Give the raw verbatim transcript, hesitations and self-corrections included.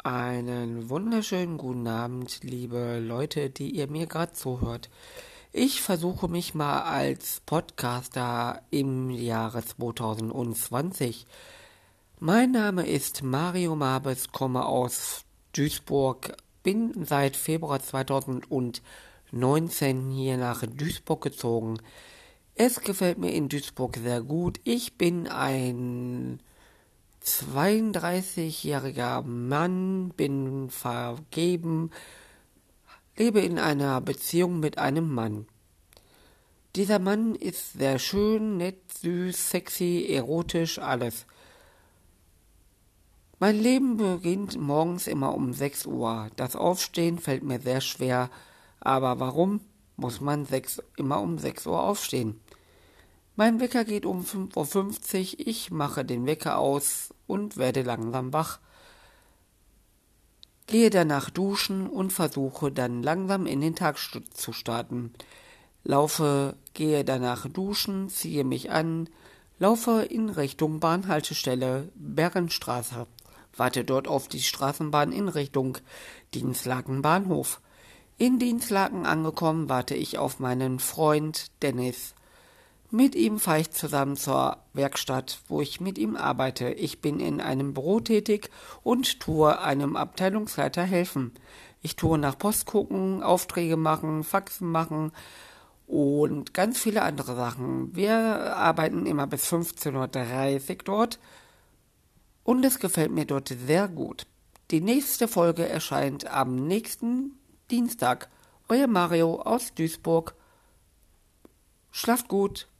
Einen wunderschönen guten Abend, liebe Leute, die ihr mir gerade zuhört. Ich versuche mich mal als Podcaster im Jahre zwanzig zwanzig. Mein Name ist Mario Mabes, komme aus Duisburg, bin seit Februar zweitausendneunzehn hier nach Duisburg gezogen. Es gefällt mir in Duisburg sehr gut. Ich bin ein zweiunddreißigjähriger Mann, bin vergeben, lebe in einer Beziehung mit einem Mann. Dieser Mann ist sehr schön, nett, süß, sexy, erotisch, alles. Mein Leben beginnt morgens immer um sechs Uhr. Das Aufstehen fällt mir sehr schwer, aber warum muss man sechs, immer um sechs Uhr aufstehen? Mein Wecker geht um fünf Uhr fünfzig, ich mache den Wecker aus und werde langsam wach. Gehe danach duschen und versuche dann langsam in den Tag zu starten. Laufe, gehe danach duschen, ziehe mich an, laufe in Richtung Bahnhaltestelle Bergenstraße. Warte dort auf die Straßenbahn in Richtung Dinslaken Bahnhof. In Dinslaken angekommen, warte ich auf meinen Freund Dennis. Mit ihm fahre ich zusammen zur Werkstatt, wo ich mit ihm arbeite. Ich bin in einem Büro tätig und tue einem Abteilungsleiter helfen. Ich tue nach Post gucken, Aufträge machen, Faxen machen und ganz viele andere Sachen. Wir arbeiten immer bis fünfzehn Uhr dreißig dort und es gefällt mir dort sehr gut. Die nächste Folge erscheint am nächsten Dienstag. Euer Mario aus Duisburg. Schlaft gut.